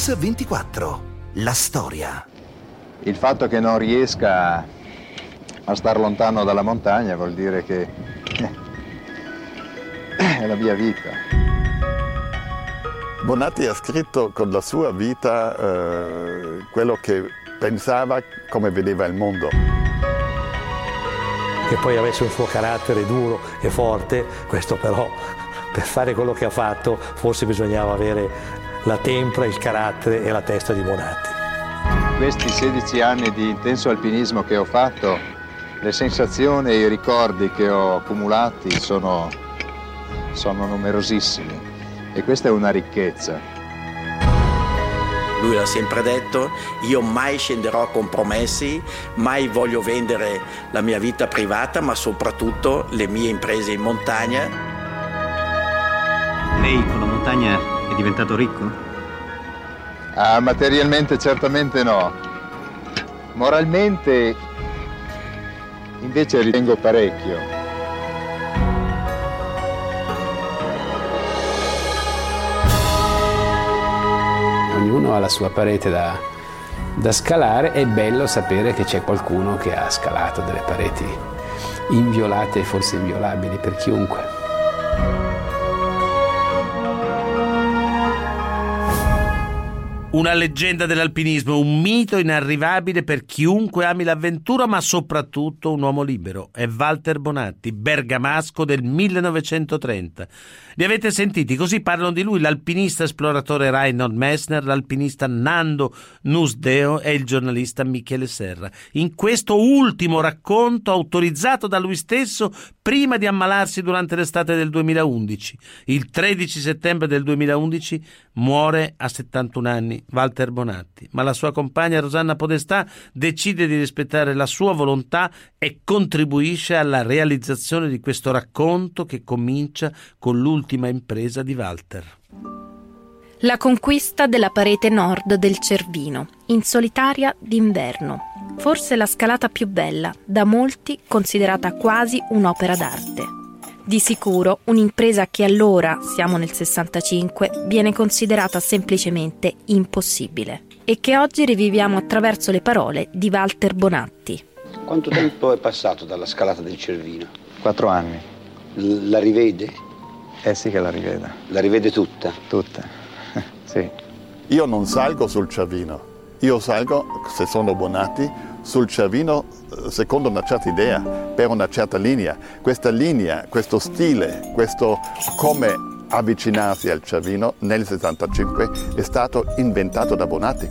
Mix24, la storia. Il fatto che non riesca a star lontano dalla montagna vuol dire che è la mia vita. Bonatti ha scritto con la sua vita quello che pensava, come vedeva il mondo. Che poi avesse un suo carattere duro e forte, questo però, per fare quello che ha fatto, forse bisognava avere la tempra, il carattere e la testa di Bonatti. Questi 16 anni di intenso alpinismo che ho fatto, le sensazioni e i ricordi che ho accumulati sono numerosissimi e questa è una ricchezza. Lui l'ha sempre detto, io mai scenderò a compromessi, mai voglio vendere la mia vita privata, ma soprattutto le mie imprese in montagna. Lei con la montagna è diventato ricco? Ah, materialmente certamente no. Moralmente invece ritengo parecchio. Ognuno ha la sua parete da scalare, è bello sapere che c'è qualcuno che ha scalato delle pareti inviolate e forse inviolabili per chiunque. Una leggenda dell'alpinismo, un mito inarrivabile per chiunque ami l'avventura, ma soprattutto un uomo libero. È Walter Bonatti, bergamasco del 1930. Li avete sentiti? Così parlano di lui l'alpinista esploratore Reinhold Messner, l'alpinista Nando Nusdeo e il giornalista Michele Serra. In questo ultimo racconto, autorizzato da lui stesso prima di ammalarsi durante l'estate del 2011. Il 13 settembre del 2011 muore a 71 anni Walter Bonatti, ma la sua compagna Rosanna Podestà decide di rispettare la sua volontà e contribuisce alla realizzazione di questo racconto che comincia con l'ultima impresa di Walter. La conquista della parete nord del Cervino, in solitaria d'inverno. Forse la scalata più bella, da molti considerata quasi un'opera d'arte. Di sicuro un'impresa che allora, siamo nel 65, viene considerata semplicemente impossibile e che oggi riviviamo attraverso le parole di Walter Bonatti. Quanto tempo è passato dalla scalata del Cervino? 4 anni. La rivede? Sì che la rivede. La rivede tutta? Tutta, sì. Io non salgo sul Cervino, io salgo, se sono Bonatti, sul Cervino secondo una certa idea, per una certa linea. Questa linea, questo stile, questo come avvicinarsi al Cervino nel 65 è stato inventato da Bonatti.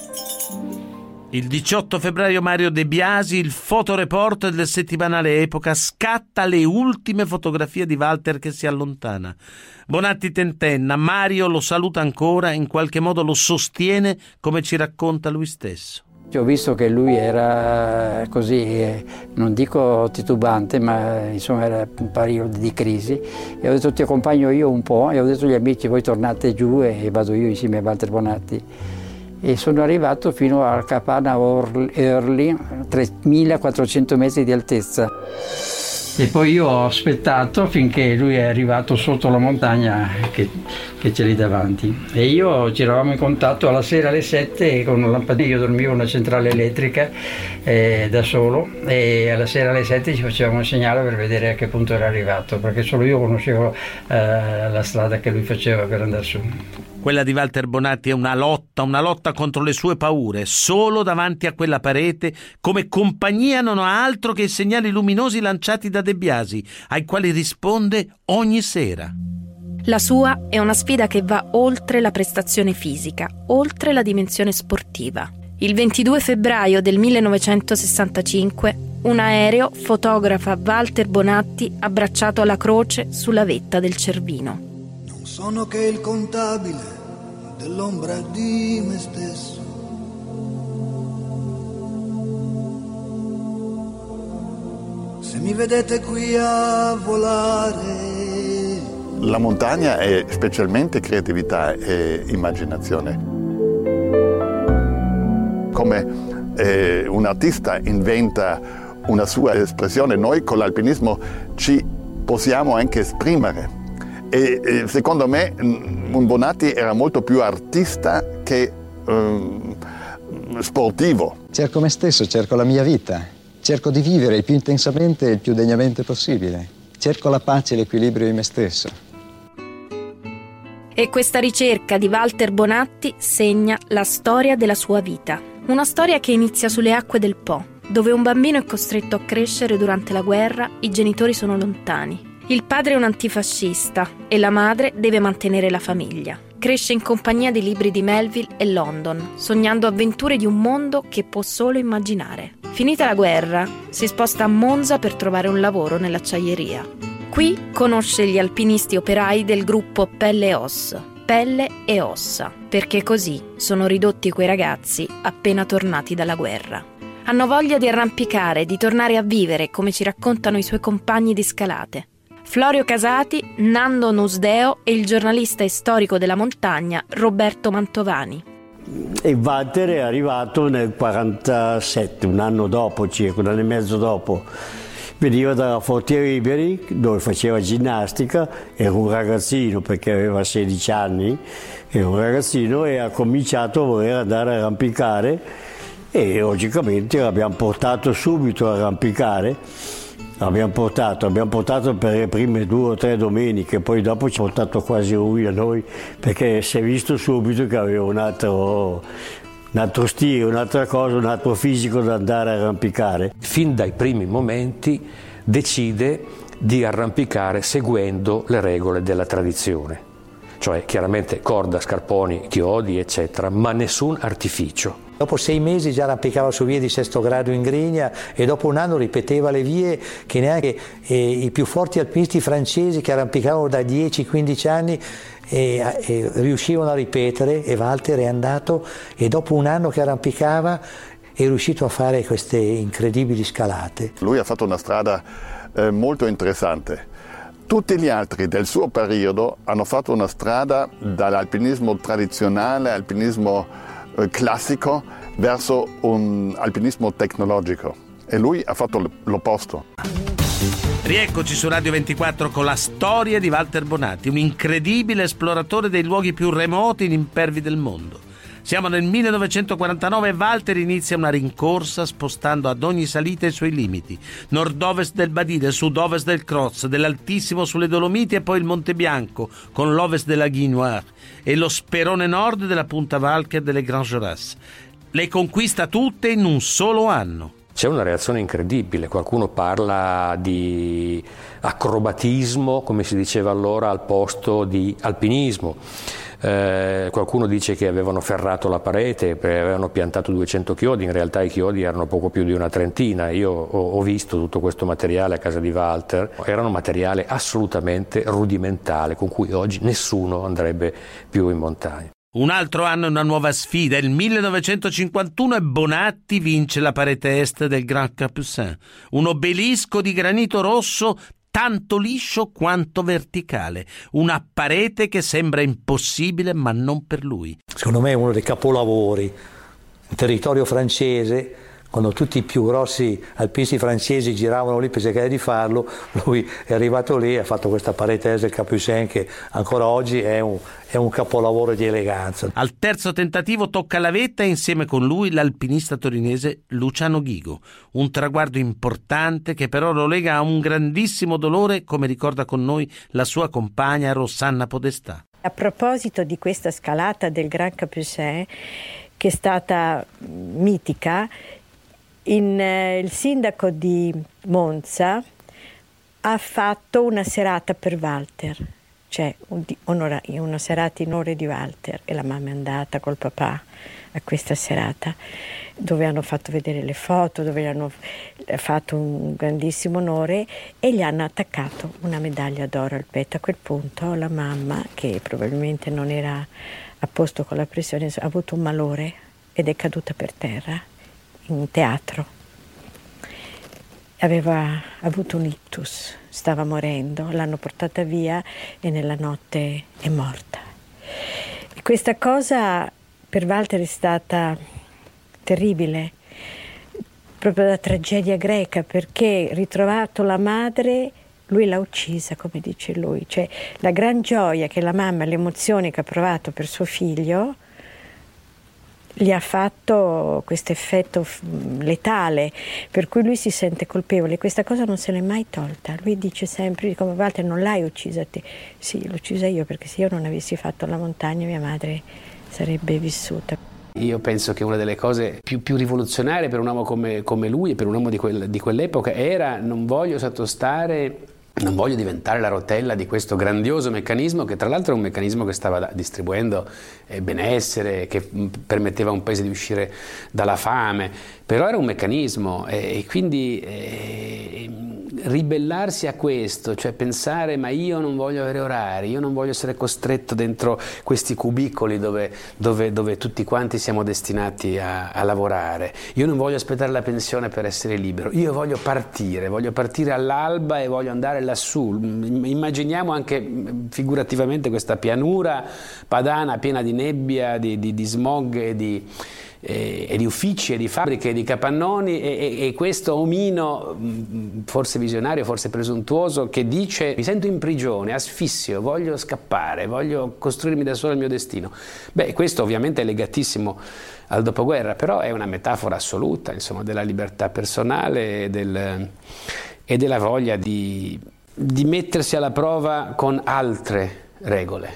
Il 18 febbraio Mario De Biasi, il fotoreporter del settimanale Epoca, scatta le ultime fotografie di Walter che si allontana. Bonatti tentenna, Mario lo saluta ancora, in qualche modo lo sostiene come ci racconta lui stesso. Ho visto che lui era così, non dico titubante, ma insomma era un periodo di crisi e ho detto ti accompagno io un po' e ho detto agli amici voi tornate giù e vado io insieme a Walter Bonatti. E sono arrivato fino a Capanna Orli, 3.400 metri di altezza. E poi io ho aspettato finché lui è arrivato sotto la montagna che c'è lì davanti. E io ci eravamo in contatto alla sera alle 7 con un lampadino, io dormivo in una centrale elettrica da solo e alla sera alle 7 ci facevamo un segnale per vedere a che punto era arrivato, perché solo io conoscevo la strada che lui faceva per andare su. Quella di Walter Bonatti è una lotta contro le sue paure. Solo davanti a quella parete, come compagnia, non ha altro che i segnali luminosi lanciati da De Biasi, ai quali risponde ogni sera. La sua è una sfida che va oltre la prestazione fisica, oltre la dimensione sportiva. Il 22 febbraio del 1965, un aereo fotografa Walter Bonatti abbracciato alla croce sulla vetta del Cervino. Sono che il contabile dell'ombra di me stesso. Se mi vedete qui a volare. La montagna è specialmente creatività e immaginazione. Come un artista inventa una sua espressione, noi con l'alpinismo ci possiamo anche esprimere. E secondo me un Bonatti era molto più artista che sportivo. Cerco me stesso, cerco la mia vita, cerco di vivere il più intensamente e il più degnamente possibile. Cerco la pace e l'equilibrio di me stesso. E questa ricerca di Walter Bonatti segna la storia della sua vita. Una storia che inizia sulle acque del Po, dove un bambino è costretto a crescere durante la guerra, i genitori sono lontani. Il padre è un antifascista e la madre deve mantenere la famiglia. Cresce in compagnia di libri di Melville e London, sognando avventure di un mondo che può solo immaginare. Finita la guerra, si sposta a Monza per trovare un lavoro nell'acciaieria. Qui conosce gli alpinisti operai del gruppo Pelle e Ossa. Pelle e ossa, perché così sono ridotti quei ragazzi appena tornati dalla guerra. Hanno voglia di arrampicare, di tornare a vivere, come ci raccontano i suoi compagni di scalate. Florio Casati, Nando Nusdeo e il giornalista e storico della montagna Roberto Mantovani. E Walter è arrivato nel 1947, un anno dopo circa, un anno e mezzo dopo. Veniva da Forti Riberi, dove faceva ginnastica, era un ragazzino perché aveva 16 anni, era un ragazzino e ha cominciato a voler andare a arrampicare e logicamente l'abbiamo portato subito a arrampicare. Abbiamo portato per le prime 2 o 3 domeniche, poi dopo ci ha portato quasi lui a noi perché si è visto subito che aveva un altro stile, un'altra cosa, un altro fisico da andare a arrampicare. Fin dai primi momenti decide di arrampicare seguendo le regole della tradizione, cioè chiaramente corda, scarponi, chiodi, eccetera, ma nessun artificio. Dopo 6 mesi già arrampicava su vie di 6° grado in Grigna e dopo un anno ripeteva le vie che neanche i più forti alpinisti francesi che arrampicavano da 10-15 anni e riuscivano a ripetere, e Walter è andato e dopo un anno che arrampicava è riuscito a fare queste incredibili scalate. Lui ha fatto una strada molto interessante. Tutti gli altri del suo periodo hanno fatto una strada dall'alpinismo tradizionale, alpinismo classico, verso un alpinismo tecnologico e lui ha fatto l'opposto. Rieccoci su Radio 24 con la storia di Walter Bonatti, un incredibile esploratore dei luoghi più remoti e impervi del mondo. Siamo nel 1949 e Walter inizia una rincorsa spostando ad ogni salita i suoi limiti. Nord-ovest del Badile, sud-ovest del Croz, dell'Altissimo sulle Dolomiti e poi il Monte Bianco con l'ovest della Guinoire e lo sperone nord della Punta Valcher delle Grand Jorasses. Le conquista tutte in un solo anno. C'è una reazione incredibile, qualcuno parla di acrobatismo, come si diceva allora, al posto di alpinismo. Qualcuno dice che avevano ferrato la parete, avevano piantato 200 chiodi, in realtà i chiodi erano poco più di una trentina. Io ho visto tutto questo materiale a casa di Walter, era un materiale assolutamente rudimentale con cui oggi nessuno andrebbe più in montagna. Un altro anno e una nuova sfida, il 1951 e Bonatti vince la parete est del Grand Capucin, un obelisco di granito rosso tanto liscio quanto verticale, una parete che sembra impossibile ma non per lui. Secondo me è uno dei capolavori in territorio francese. Quando tutti i più grossi alpinisti francesi giravano lì per cercare di farlo, lui è arrivato lì e ha fatto questa parete del Capucin che ancora oggi è un capolavoro di eleganza. Al terzo tentativo tocca la vetta e insieme con lui l'alpinista torinese Luciano Ghigo, un traguardo importante che però lo lega a un grandissimo dolore, come ricorda con noi la sua compagna Rosanna Podestà. A proposito di questa scalata del Grand Capucin, che è stata mitica, il sindaco di Monza ha fatto una serata per Walter, cioè una serata in onore di Walter, e la mamma è andata col papà a questa serata dove hanno fatto vedere le foto, dove gli hanno fatto un grandissimo onore e gli hanno attaccato una medaglia d'oro al petto. A quel punto la mamma, che probabilmente non era a posto con la pressione, ha avuto un malore ed è caduta per terra in teatro. Aveva avuto un ictus, stava morendo, l'hanno portata via e nella notte è morta. E questa cosa per Walter è stata terribile, proprio la tragedia greca, perché ritrovato la madre, lui l'ha uccisa, come dice lui. Cioè la gran gioia che la mamma, le emozioni che ha provato per suo figlio, gli ha fatto questo effetto letale, per cui lui si sente colpevole. Questa cosa non se l'è mai tolta. Lui dice sempre, come Walter, non l'hai uccisa te. Sì, l'ho uccisa io, perché se io non avessi fatto la montagna mia madre sarebbe vissuta. Io penso che una delle cose più rivoluzionarie per un uomo come lui e per un uomo di quell'epoca era: non voglio diventare la rotella di questo grandioso meccanismo, che tra l'altro è un meccanismo che stava distribuendo benessere, che permetteva a un paese di uscire dalla fame, però era un meccanismo e quindi ribellarsi a questo, cioè pensare ma io non voglio avere orari, io non voglio essere costretto dentro questi cubicoli dove tutti quanti siamo destinati a lavorare, io non voglio aspettare la pensione per essere libero, io voglio partire all'alba e voglio andare lassù. Immaginiamo anche figurativamente questa pianura padana piena di nebbia, di smog e di uffici e di fabbriche e di capannoni e questo omino, forse visionario, forse presuntuoso, che dice: mi sento in prigione, asfissio, voglio scappare, voglio costruirmi da solo il mio destino. Beh, questo ovviamente è legatissimo al dopoguerra, però è una metafora assoluta, insomma, della libertà personale e della voglia di mettersi alla prova con altre regole.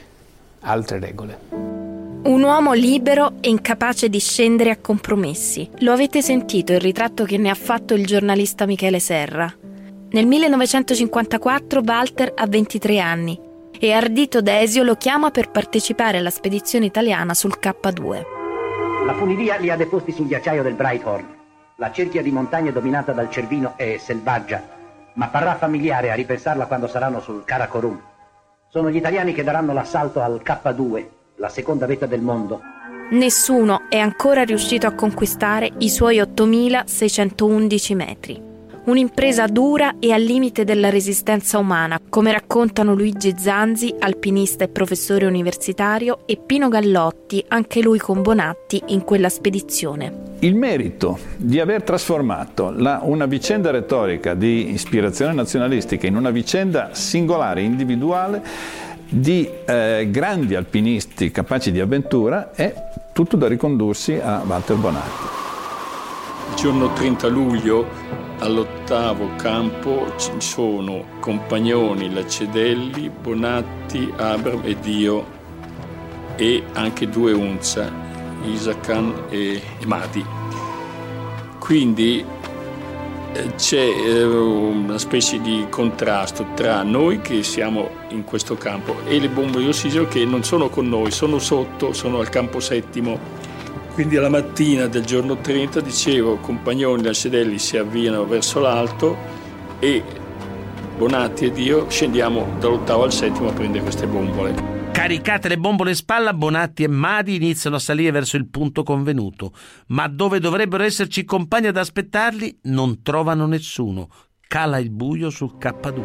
Un uomo libero e incapace di scendere a compromessi. Lo avete sentito il ritratto che ne ha fatto il giornalista Michele Serra. Nel 1954 Walter ha 23 anni e Ardito Desio lo chiama per partecipare alla spedizione italiana sul K2. La funivia li ha deposti sul ghiacciaio del Breithorn. La cerchia di montagne dominata dal Cervino è selvaggia, ma parrà familiare a ripensarla quando saranno sul Karakorum. Sono gli italiani che daranno l'assalto al K2, la seconda vetta del mondo. Nessuno è ancora riuscito a conquistare i suoi 8.611 metri. Un'impresa dura e al limite della resistenza umana, come raccontano Luigi Zanzi, alpinista e professore universitario, e Pino Gallotti, anche lui con Bonatti, in quella spedizione. Il merito di aver trasformato una vicenda retorica di ispirazione nazionalistica in una vicenda singolare, individuale, di grandi alpinisti capaci di avventura è tutto da ricondursi a Walter Bonatti. Il giorno 30 luglio all'8° campo ci sono Compagnoni, Lacedelli, Bonatti, Abram ed io e anche 2 Unza, Isakan e Madi. Quindi c'è una specie di contrasto tra noi che siamo in questo campo e le bombe di ossigeno che non sono con noi, sono sotto, sono al campo 7. Quindi alla mattina del giorno 30, dicevo, Compagnoni e Lacedelli si avviano verso l'alto e Bonatti ed io scendiamo dall'8° al 7° a prendere queste bombole. Caricate le bombole in spalla, Bonatti e Madi iniziano a salire verso il punto convenuto, ma dove dovrebbero esserci i compagni ad aspettarli non trovano nessuno. Cala il buio sul K2.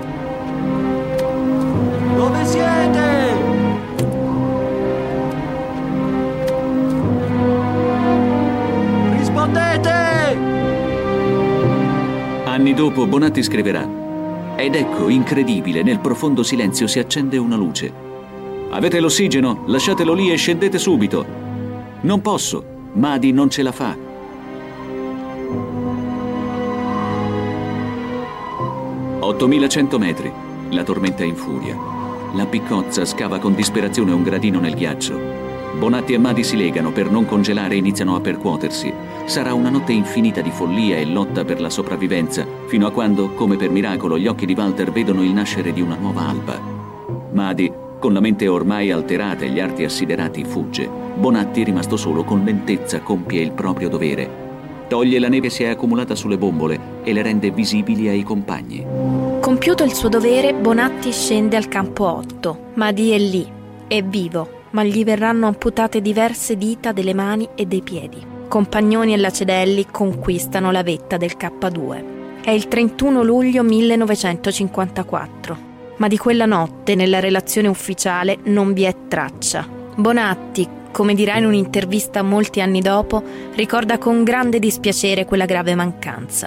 Dove siete? Rispondete! Anni dopo Bonatti scriverà: ed ecco, incredibile, nel profondo silenzio si accende una luce. Avete l'ossigeno? Lasciatelo lì e scendete subito. Non posso, Madi non ce la fa. «8.100 metri. La tormenta è in furia. La piccozza scava con disperazione un gradino nel ghiaccio. Bonatti e Madi si legano per non congelare e iniziano a percuotersi. Sarà una notte infinita di follia e lotta per la sopravvivenza, fino a quando, come per miracolo, gli occhi di Walter vedono il nascere di una nuova alba. Madi, con la mente ormai alterata e gli arti assiderati, fugge. Bonatti, rimasto solo, con lentezza compie il proprio dovere. Toglie la neve che si è accumulata sulle bombole e le rende visibili ai compagni. Compiuto il suo dovere, Bonatti scende al campo 8. Madi è lì, è vivo, ma gli verranno amputate diverse dita delle mani e dei piedi. Compagnoni e Lacedelli conquistano la vetta del K2. È il 31 luglio 1954. Ma di quella notte nella relazione ufficiale non vi è traccia. Bonatti, come dirà in un'intervista molti anni dopo, ricorda con grande dispiacere quella grave mancanza.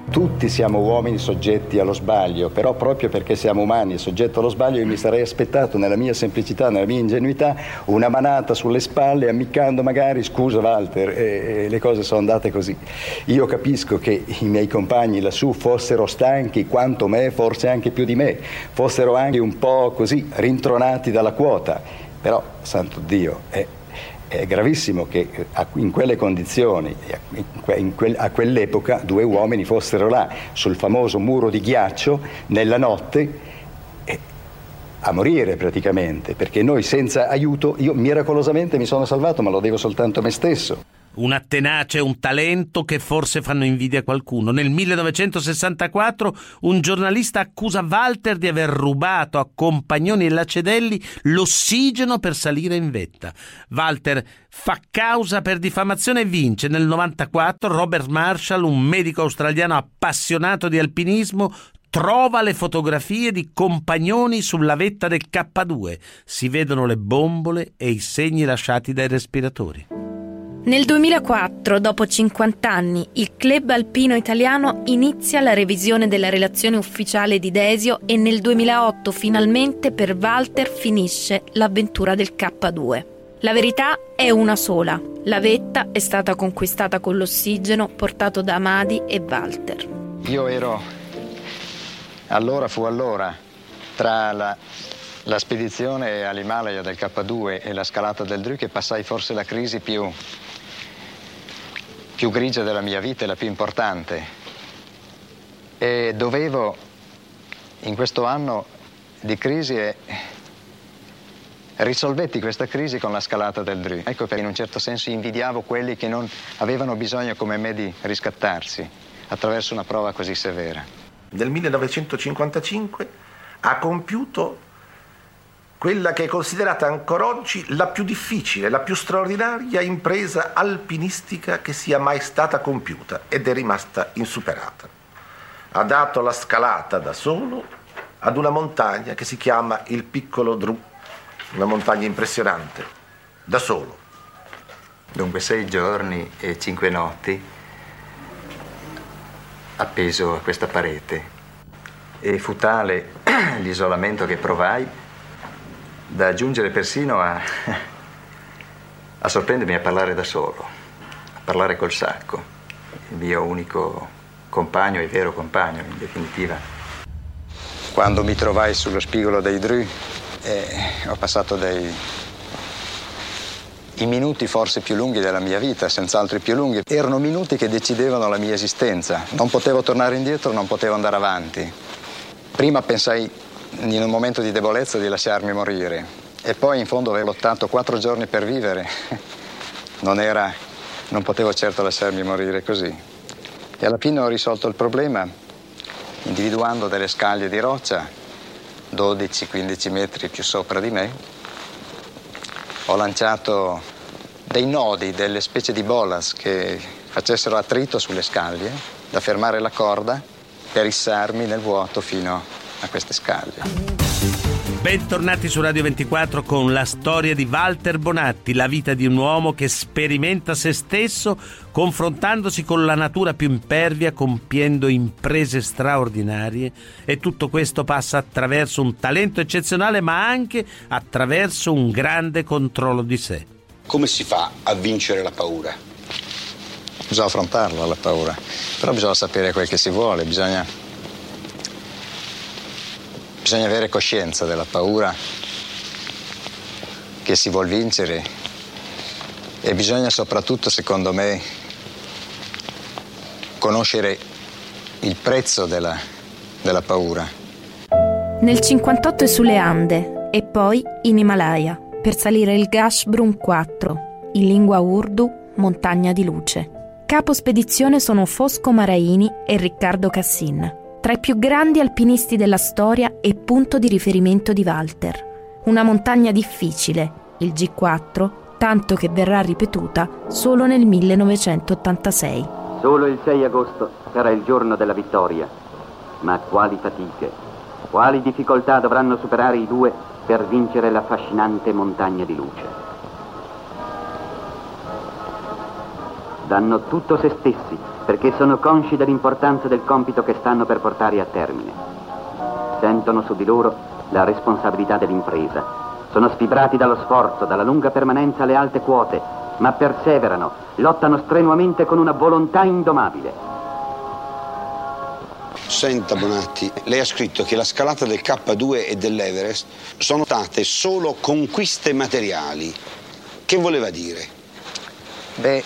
Tutti siamo uomini soggetti allo sbaglio, però proprio perché siamo umani e soggetti allo sbaglio io mi sarei aspettato, nella mia semplicità, nella mia ingenuità, una manata sulle spalle ammiccando magari scusa Walter, e le cose sono andate così. Io capisco che i miei compagni lassù fossero stanchi quanto me, forse anche più di me, fossero anche un po' così rintronati dalla quota, però santo Dio è gravissimo che in quelle condizioni, a quell'epoca, due uomini fossero là sul famoso muro di ghiaccio nella notte a morire praticamente, perché noi senza aiuto, io miracolosamente mi sono salvato, ma lo devo soltanto a me stesso. Una tenacia e un talento che forse fanno invidia a qualcuno. Nel 1964 un giornalista accusa Walter di aver rubato a Compagnoni e Lacedelli l'ossigeno per salire in vetta. Walter fa causa per diffamazione e vince. Nel 94 Robert Marshall, un medico australiano appassionato di alpinismo, trova le fotografie di Compagnoni sulla vetta del K2. Si vedono le bombole e i segni lasciati dai respiratori. Nel 2004, dopo 50 anni, il club alpino italiano inizia la revisione della relazione ufficiale di Desio e nel 2008 finalmente per Walter finisce l'avventura del K2. La verità è una sola: la vetta è stata conquistata con l'ossigeno portato da Amadi e Walter. Io ero, fu allora, tra la spedizione all'Himalaya del K2 e la scalata del Dru che passai forse la crisi più grigia della mia vita e la più importante, e dovevo in questo anno di crisi risolvetti questa crisi con la scalata del Dru. Ecco perché in un certo senso invidiavo quelli che non avevano bisogno come me di riscattarsi attraverso una prova così severa. Nel 1955 ha compiuto quella che è considerata ancora oggi la più difficile, la più straordinaria impresa alpinistica che sia mai stata compiuta ed è rimasta insuperata. Ha dato la scalata da solo ad una montagna che si chiama il Piccolo Dru, una montagna impressionante, da solo. Dunque 6 giorni e 5 notti appeso a questa parete, e fu tale l'isolamento che provai da giungere persino a sorprendermi a parlare da solo, a parlare col sacco, il mio unico compagno e vero compagno in definitiva. Quando mi trovai sullo spigolo dei Dru ho passato i minuti forse più lunghi della mia vita, senz'altro i più lunghi. Erano minuti che decidevano la mia esistenza. Non potevo tornare indietro, non potevo andare avanti. Prima pensai in un momento di debolezza di lasciarmi morire, e poi in fondo avevo lottato 4 giorni per vivere. Non potevo certo lasciarmi morire così. E alla fine ho risolto il problema individuando delle scaglie di roccia 12-15 metri più sopra di me. Ho lanciato dei nodi, delle specie di bolas che facessero attrito sulle scaglie, da fermare la corda per issarmi nel vuoto fino a queste scaglie. Bentornati su Radio 24 con la storia di Walter Bonatti, la vita di un uomo che sperimenta se stesso confrontandosi con la natura più impervia, compiendo imprese straordinarie, e tutto questo passa attraverso un talento eccezionale ma anche attraverso un grande controllo di sé. Come si fa a vincere la paura? Bisogna affrontarla la paura, però bisogna sapere quel che si vuole, bisogna avere coscienza della paura che si vuol vincere, e bisogna soprattutto, secondo me, conoscere il prezzo della paura. Nel 58 è sulle Ande e poi in Himalaya per salire il Gashbrun 4, in lingua urdu montagna di luce. Capo spedizione sono Fosco Maraini e Riccardo Cassin, tra i più grandi alpinisti della storia e punto di riferimento di Walter. Una montagna difficile, il G4, tanto che verrà ripetuta solo nel 1986. Solo il 6 agosto sarà il giorno della vittoria, ma quali fatiche, quali difficoltà dovranno superare i due per vincere l'affascinante montagna di luce. danno tutto se stessi perché sono consci dell'importanza del compito che stanno per portare a termine. Sentono su di loro la responsabilità dell'impresa. Sono sfibrati dallo sforzo, dalla lunga permanenza alle alte quote, ma perseverano, lottano strenuamente con una volontà indomabile. Senta Bonatti, lei ha scritto che la scalata del K2 e dell'Everest sono state solo conquiste materiali. Che voleva dire? Beh,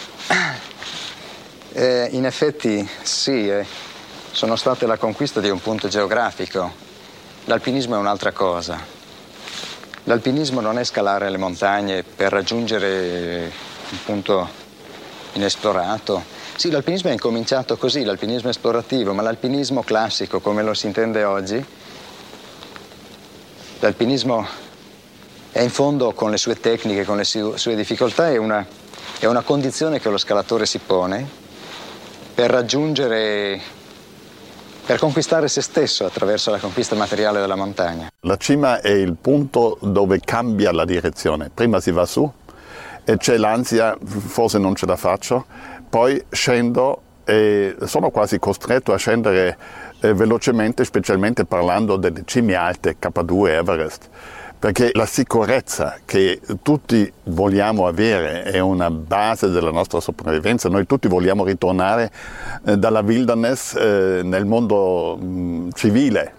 in effetti sì, sono state la conquista di un punto geografico. L'alpinismo è un'altra cosa. L'alpinismo non è scalare le montagne per raggiungere un punto inesplorato. Sì, l'alpinismo è incominciato così, l'alpinismo esplorativo, ma l'alpinismo classico, come lo si intende oggi, l'alpinismo è in fondo con le sue tecniche, con le sue difficoltà, è una condizione che lo scalatore si pone per conquistare se stesso attraverso la conquista materiale della montagna. La cima è il punto dove cambia la direzione. Prima si va su e c'è l'ansia, forse non ce la faccio, poi scendo e sono quasi costretto a scendere velocemente, specialmente parlando delle cime alte, K2, Everest, perché la sicurezza che tutti vogliamo avere è una base della nostra sopravvivenza. Noi tutti vogliamo ritornare dalla wilderness nel mondo civile,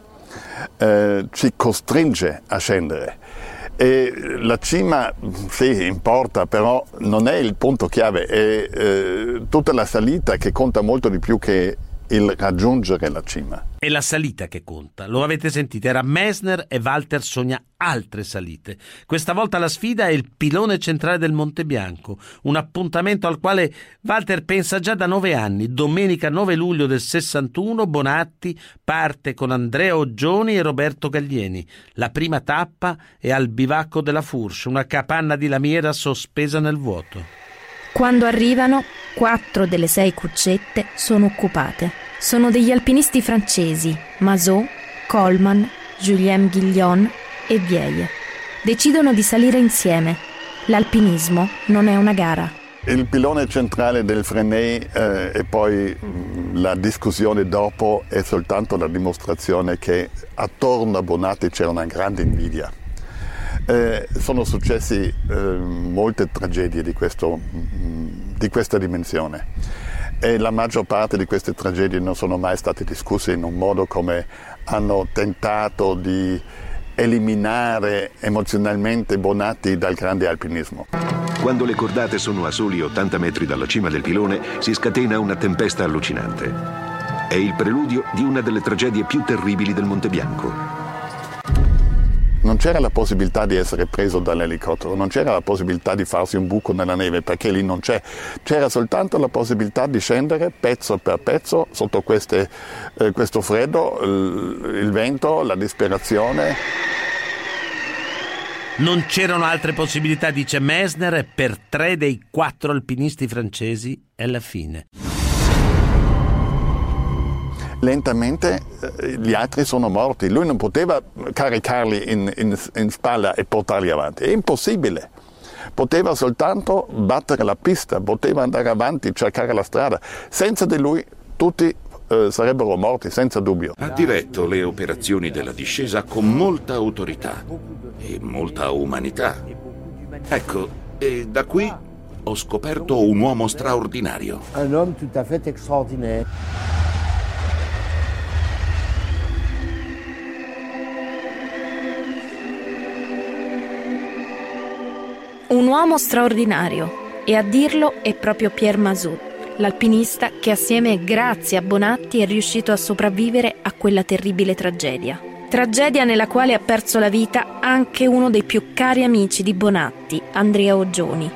ci costringe a scendere. E la cima sì, importa, però non è il punto chiave, è tutta la salita che conta molto di più che il raggiungere la cima. È la salita che conta, lo avete sentito, era Messner e Walter sogna altre salite. Questa volta la sfida è il pilone centrale del Monte Bianco, un appuntamento al quale Walter pensa già da 9 anni. Domenica 9 luglio del 61 Bonatti parte con Andrea Oggioni e Roberto Gallieni. La prima tappa è al bivacco della Fourche, una capanna di lamiera sospesa nel vuoto. Quando arrivano, 4 delle 6 cuccette sono occupate. Sono degli alpinisti francesi, Mazot, Coleman, Julien Guillon e Vieille. Decidono di salire insieme. L'alpinismo non è una gara. Il pilone centrale del Fresnay e poi la discussione dopo è soltanto la dimostrazione che attorno a Bonatti c'era una grande invidia. Sono successi molte tragedie di questa dimensione e la maggior parte di queste tragedie non sono mai state discusse in un modo come hanno tentato di eliminare emozionalmente Bonatti dal grande alpinismo. Quando le cordate sono a soli 80 metri dalla cima del pilone si scatena una tempesta allucinante. È il preludio di una delle tragedie più terribili del Monte Bianco. Non c'era la possibilità di essere preso dall'elicottero, non c'era la possibilità di farsi un buco nella neve, perché lì non c'è. C'era soltanto la possibilità di scendere pezzo per pezzo sotto questo freddo, il vento, la disperazione. Non c'erano altre possibilità, dice Messner, e per 3 dei 4 alpinisti francesi è la fine. Lentamente gli altri sono morti, lui non poteva caricarli in spalla e portarli avanti, è impossibile. Poteva soltanto battere la pista, poteva andare avanti, cercare la strada. Senza di lui tutti sarebbero morti, senza dubbio. Ha diretto le operazioni della discesa con molta autorità e molta umanità. Ecco, e da qui ho scoperto un uomo straordinario. Un uomo tout à fait extraordinaire. Un uomo straordinario, e a dirlo è proprio Pierre Mazot, l'alpinista che assieme e grazie a Bonatti è riuscito a sopravvivere a quella terribile tragedia. Tragedia nella quale ha perso la vita anche uno dei più cari amici di Bonatti, Andrea Oggioni.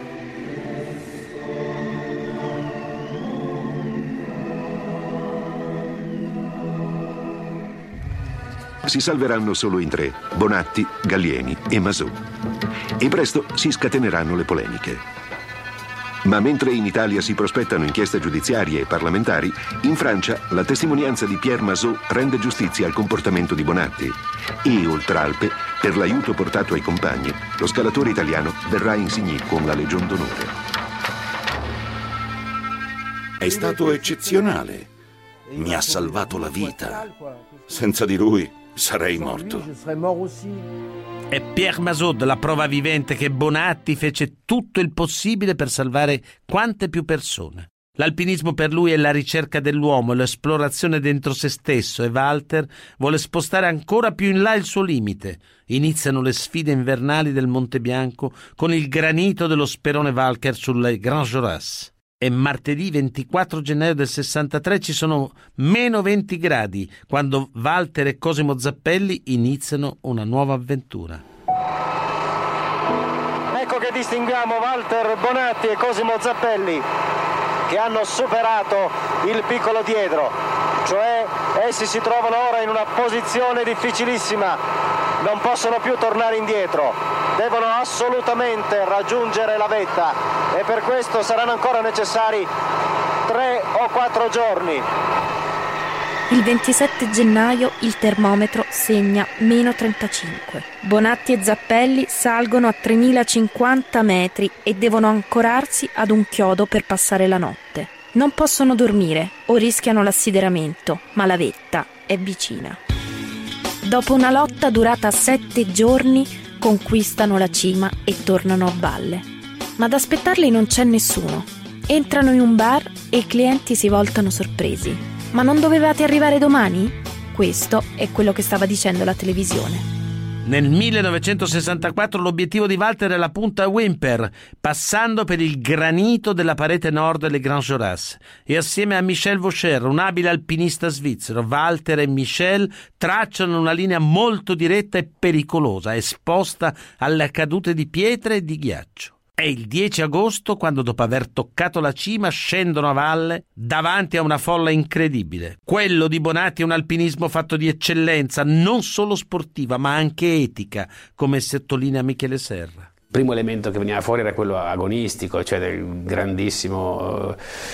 Si salveranno solo in 3, Bonatti, Gallieni e Mazot. E presto si scateneranno le polemiche. Ma mentre in Italia si prospettano inchieste giudiziarie e parlamentari, in Francia la testimonianza di Pierre Mazot rende giustizia al comportamento di Bonatti. E oltre Alpe, per l'aiuto portato ai compagni, lo scalatore italiano verrà insignito con la Legion d'Onore. È stato eccezionale. Mi ha salvato la vita. Senza di lui sarei morto. È Pierre Mazaud la prova vivente che Bonatti fece tutto il possibile per salvare quante più persone. L'alpinismo per lui è la ricerca dell'uomo, l'esplorazione dentro se stesso, e Walter vuole spostare ancora più in là il suo limite. Iniziano le sfide invernali del Monte Bianco con il granito dello Sperone Walker sulle Grand Jorasses. E martedì 24 gennaio del 63 ci sono meno 20 gradi, quando Walter e Cosimo Zappelli iniziano una nuova avventura. Ecco che distinguiamo Walter Bonatti e Cosimo Zappelli, che hanno superato il piccolo diedro, cioè essi si trovano ora in una posizione difficilissima, non possono più tornare indietro, devono assolutamente raggiungere la vetta e per questo saranno ancora necessari 3 o 4 giorni. Il 27 gennaio il termometro segna meno 35. Bonatti e Zappelli salgono a 3050 metri e devono ancorarsi ad un chiodo per passare la notte. Non possono dormire o rischiano l'assideramento, ma la vetta è vicina. Dopo una lotta durata 7 giorni, conquistano la cima e tornano a valle. Ma ad aspettarli non c'è nessuno. Entrano in un bar e i clienti si voltano sorpresi. Ma non dovevate arrivare domani? Questo è quello che stava dicendo la televisione. Nel 1964 l'obiettivo di Walter è la punta Wimper, passando per il granito della parete nord delle Grand Jorasses. E assieme a Michel Vaucher, un abile alpinista svizzero, Walter e Michel tracciano una linea molto diretta e pericolosa, esposta alle cadute di pietre e di ghiaccio. È il 10 agosto quando, dopo aver toccato la cima, scendono a valle davanti a una folla incredibile. Quello di Bonatti è un alpinismo fatto di eccellenza, non solo sportiva, ma anche etica, come sottolinea Michele Serra. Il primo elemento che veniva fuori era quello agonistico, cioè del grandissimo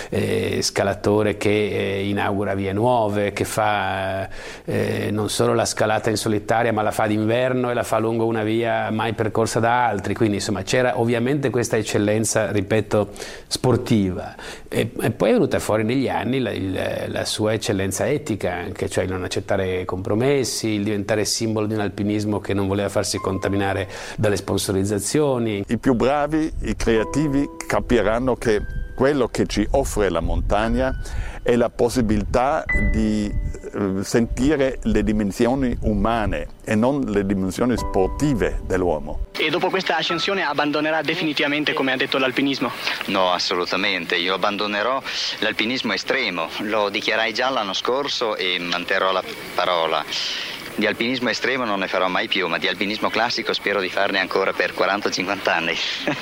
scalatore che inaugura vie nuove, che fa non solo la scalata in solitaria, ma la fa d'inverno e la fa lungo una via mai percorsa da altri. Quindi insomma c'era ovviamente questa eccellenza, ripeto, sportiva. E poi è venuta fuori negli anni la sua eccellenza etica, anche, cioè il non accettare compromessi, il diventare simbolo di un alpinismo che non voleva farsi contaminare dalle sponsorizzazioni. I più bravi, i creativi capiranno che quello che ci offre la montagna è la possibilità di sentire le dimensioni umane e non le dimensioni sportive dell'uomo. E dopo questa ascensione abbandonerà definitivamente, come ha detto, l'alpinismo? No, assolutamente, io abbandonerò l'alpinismo estremo, lo dichiarai già l'anno scorso e manterrò la parola. Di alpinismo estremo non ne farò mai più, ma di alpinismo classico spero di farne ancora per 40-50 anni.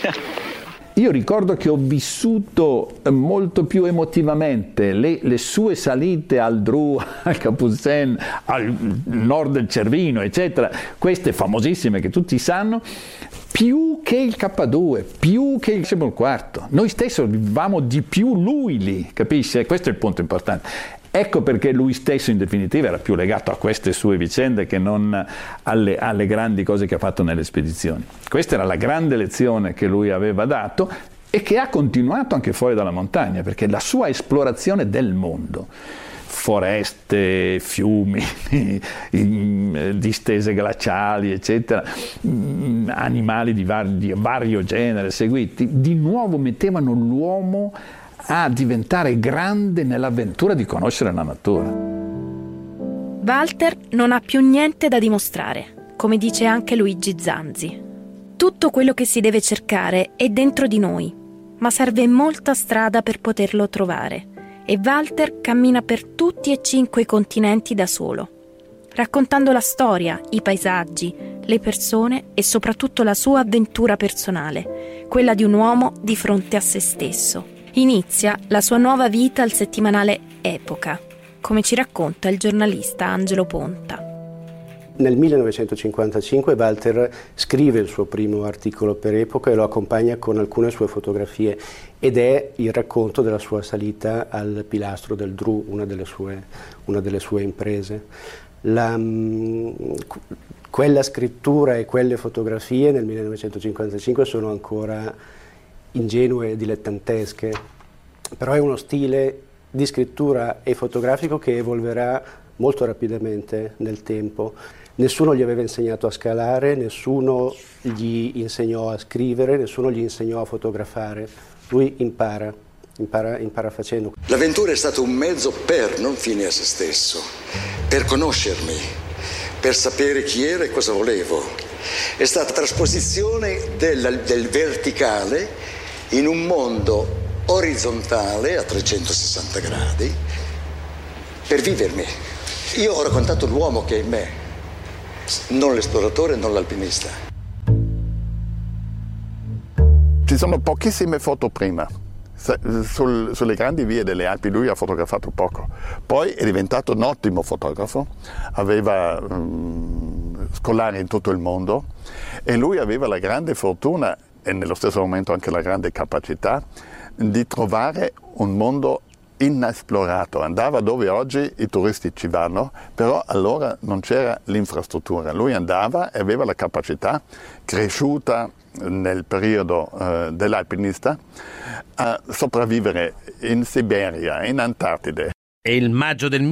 Io ricordo che ho vissuto molto più emotivamente le sue salite al Dru, al Capucin, al nord del Cervino, eccetera, queste famosissime che tutti sanno, più che il K2, più che il IV. Noi stessi vivevamo di più lui lì, capisci? Questo è il punto importante. Ecco perché lui stesso in definitiva era più legato a queste sue vicende che non alle grandi cose che ha fatto nelle spedizioni. Questa era la grande lezione che lui aveva dato e che ha continuato anche fuori dalla montagna, perché la sua esplorazione del mondo, foreste, fiumi, distese glaciali, eccetera, animali di vario genere seguiti, di nuovo mettevano l'uomo a diventare grande nell'avventura di conoscere la natura. Walter non ha più niente da dimostrare, come dice anche Luigi Zanzi. Tutto quello che si deve cercare è dentro di noi, ma serve molta strada per poterlo trovare. E Walter cammina per tutti e 5 i continenti da solo, raccontando la storia, i paesaggi, le persone e soprattutto la sua avventura personale, quella di un uomo di fronte a se stesso. Inizia la sua nuova vita al settimanale Epoca, come ci racconta il giornalista Angelo Ponta. Nel 1955 Walter scrive il suo primo articolo per Epoca e lo accompagna con alcune sue fotografie ed è il racconto della sua salita al pilastro del Dru, una delle sue imprese. Quella scrittura e quelle fotografie nel 1955 sono ancora ingenue e dilettantesche. però è uno stile di scrittura e fotografico che evolverà molto rapidamente nel tempo. Nessuno gli aveva insegnato a scalare, nessuno gli insegnò a scrivere, nessuno gli insegnò a fotografare. Lui impara facendo. L'avventura è stato un mezzo per, non fine a se stesso, per conoscermi, per sapere chi ero e cosa volevo. È stata trasposizione del verticale in un mondo orizzontale a 360 gradi per vivermi. Io ho raccontato l'uomo che è in me, non l'esploratore, non l'alpinista. Ci sono pochissime foto prima. Sulle grandi vie delle Alpi lui ha fotografato poco, poi è diventato un ottimo fotografo, aveva scolari in tutto il mondo e lui aveva la grande fortuna e nello stesso momento anche la grande capacità di trovare un mondo inesplorato. Andava dove oggi i turisti ci vanno, però allora non c'era l'infrastruttura. Lui andava e aveva la capacità, cresciuta nel periodo dell'alpinista, a sopravvivere in Siberia, in Antartide. È il maggio del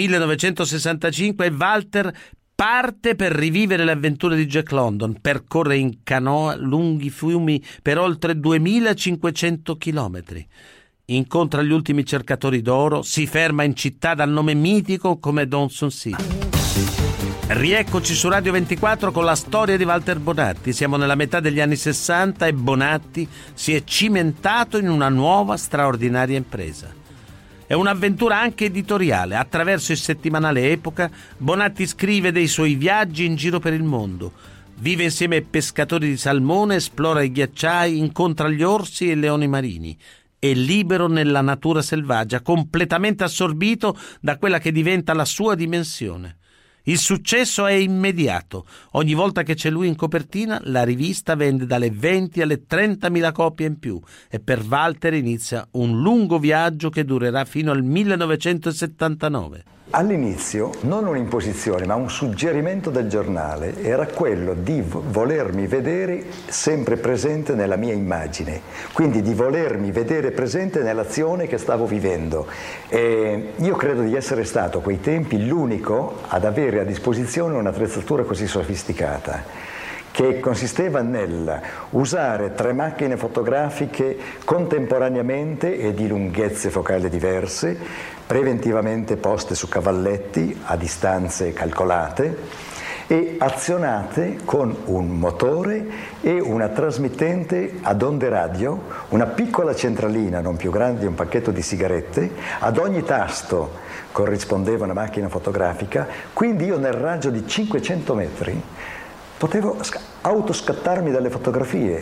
1965 e Walter parte per rivivere le avventure di Jack London, percorre in canoa lunghi fiumi per oltre 2500 chilometri. Incontra gli ultimi cercatori d'oro, si ferma in città dal nome mitico come Dawson City. Rieccoci su Radio 24 con la storia di Walter Bonatti. Siamo nella metà degli anni 60 e Bonatti si è cimentato in una nuova straordinaria impresa. È un'avventura anche editoriale. Attraverso il settimanale Epoca, Bonatti scrive dei suoi viaggi in giro per il mondo. Vive insieme ai pescatori di salmone, esplora i ghiacciai, incontra gli orsi e i leoni marini. È libero nella natura selvaggia, completamente assorbito da quella che diventa la sua dimensione. Il successo è immediato. Ogni volta che c'è lui in copertina, la rivista vende dalle 20 alle 30.000 copie in più e per Walter inizia un lungo viaggio che durerà fino al 1979. All'inizio non un'imposizione ma un suggerimento del giornale era quello di volermi vedere sempre presente nella mia immagine, quindi di volermi vedere presente nell'azione che stavo vivendo. E io credo di essere stato a quei tempi l'unico ad avere a disposizione un'attrezzatura così sofisticata, che consisteva nel usare 3 macchine fotografiche contemporaneamente e di lunghezze focali diverse, preventivamente poste su cavalletti a distanze calcolate e azionate con un motore e una trasmittente ad onde radio, una piccola centralina non più grande di un pacchetto di sigarette, ad ogni tasto corrispondeva una macchina fotografica, quindi io nel raggio di 500 metri potevo autoscattarmi dalle fotografie.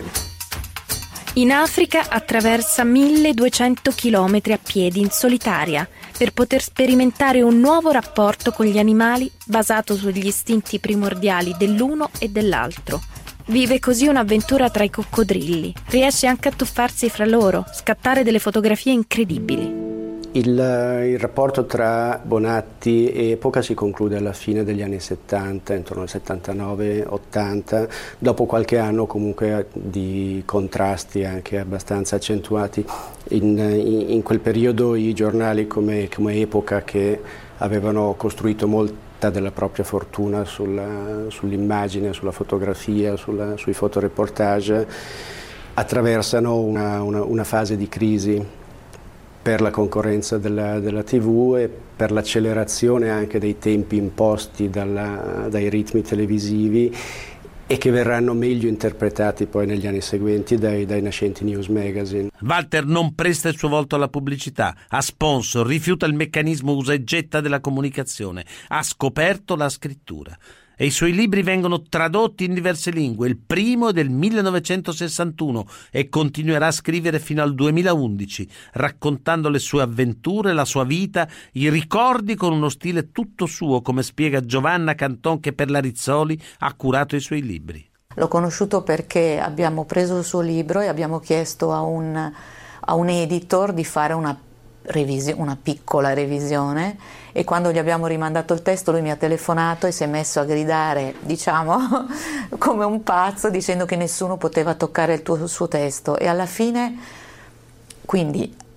In Africa attraversa 1200 chilometri a piedi in solitaria per poter sperimentare un nuovo rapporto con gli animali basato sugli istinti primordiali dell'uno e dell'altro. Vive così un'avventura tra i coccodrilli, riesce anche a tuffarsi fra loro, scattare delle fotografie incredibili. Il rapporto tra Bonatti e Epoca si conclude alla fine degli anni 70, intorno al 79-80, dopo qualche anno comunque di contrasti anche abbastanza accentuati. In quel periodo i giornali come Epoca, che avevano costruito molta della propria fortuna sull'immagine, sulla fotografia, sui fotoreportage, attraversano una fase di crisi per la concorrenza della TV e per l'accelerazione anche dei tempi imposti dai ritmi televisivi e che verranno meglio interpretati poi negli anni seguenti dai nascenti news magazine. Walter non presta il suo volto alla pubblicità, ha sponsor, rifiuta il meccanismo usa e getta della comunicazione, ha scoperto la scrittura. E i suoi libri vengono tradotti in diverse lingue. Il primo è del 1961 e continuerà a scrivere fino al 2011, raccontando le sue avventure, la sua vita, i ricordi con uno stile tutto suo, come spiega Giovanna Canton, che per la Rizzoli ha curato i suoi libri. L'ho conosciuto perché abbiamo preso il suo libro e abbiamo chiesto a un editor di fare una piccola revisione, e quando gli abbiamo rimandato il testo lui mi ha telefonato e si è messo a gridare, diciamo, come un pazzo, dicendo che nessuno poteva toccare il suo testo, e alla fine quindi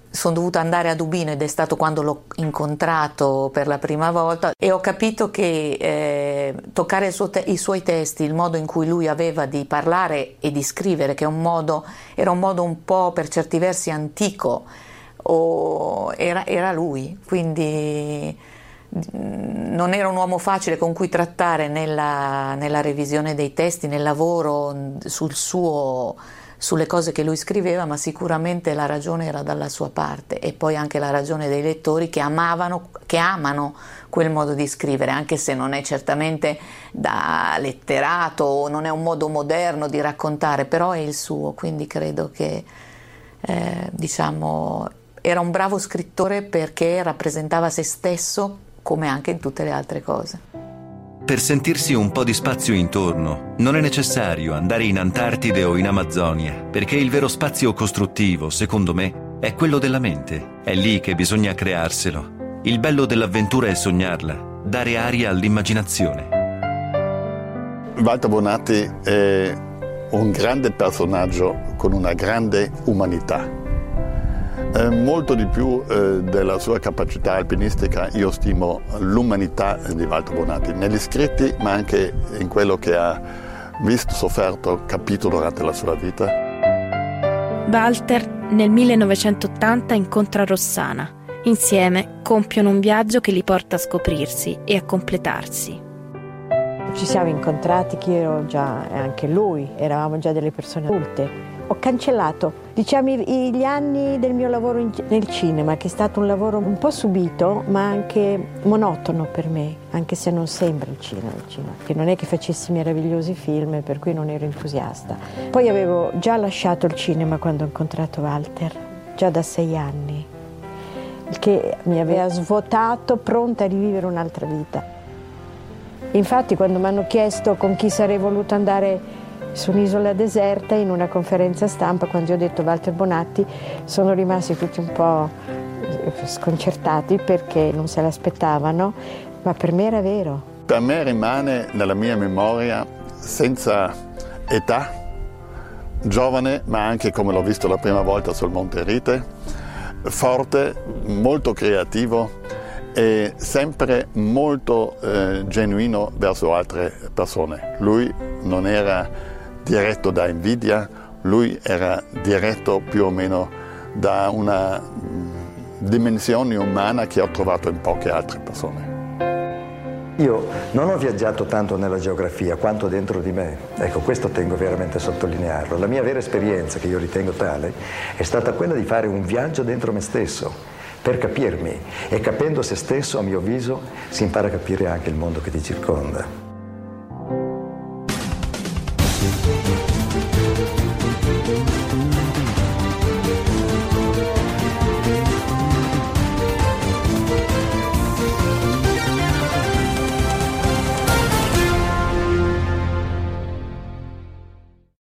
sono dovuta andare a Dublino ed è stato quando l'ho incontrato per la prima volta e ho capito che toccare i suoi testi, il modo in cui lui aveva di parlare e di scrivere, che era un modo un po' per certi versi antico, era lui, quindi non era un uomo facile con cui trattare nella revisione dei testi, nel lavoro sulle cose che lui scriveva, ma sicuramente la ragione era dalla sua parte, e poi anche la ragione dei lettori che amano quel modo di scrivere, anche se non è certamente da letterato, non è un modo moderno di raccontare, però è il suo, quindi credo che era un bravo scrittore perché rappresentava se stesso, come anche in tutte le altre cose. Per sentirsi un po' di spazio intorno, non è necessario andare in Antartide o in Amazzonia, perché il vero spazio costruttivo, secondo me, è quello della mente. È lì che bisogna crearselo. Il bello dell'avventura è sognarla, dare aria all'immaginazione. Walter Bonatti è un grande personaggio con una grande umanità. Molto di più della sua capacità alpinistica io stimo l'umanità di Walter Bonatti, negli scritti ma anche in quello che ha visto, sofferto, capito durante la sua vita. Walter nel 1980 incontra Rossana. Insieme compiono un viaggio che li porta a scoprirsi e a completarsi. Ci siamo incontrati che io ero già, e anche lui, eravamo già delle persone adulte. Ho cancellato, diciamo, gli anni del mio lavoro nel cinema, che è stato un lavoro un po' subito, ma anche monotono per me, anche se non sembra il cinema, che non è che facessi meravigliosi film, per cui non ero entusiasta. Poi avevo già lasciato il cinema quando ho incontrato Walter, già da 6 anni, il che mi aveva svuotato, pronta a rivivere un'altra vita. Infatti quando mi hanno chiesto con chi sarei voluto andare su un'isola deserta in una conferenza stampa, quando io ho detto Walter Bonatti, sono rimasti tutti un po' sconcertati perché non se l'aspettavano, ma per me era vero. Per me rimane nella mia memoria, senza età, giovane, ma anche come l'ho visto la prima volta sul Monte Rite, forte, molto creativo e sempre molto genuino verso altre persone. Lui non era diretto da invidia, lui era diretto più o meno da una dimensione umana che ho trovato in poche altre persone. Io non ho viaggiato tanto nella geografia quanto dentro di me, ecco, questo tengo veramente a sottolinearlo. La mia vera esperienza, che io ritengo tale, è stata quella di fare un viaggio dentro me stesso, per capirmi, e capendo se stesso, a mio avviso, si impara a capire anche il mondo che ti circonda.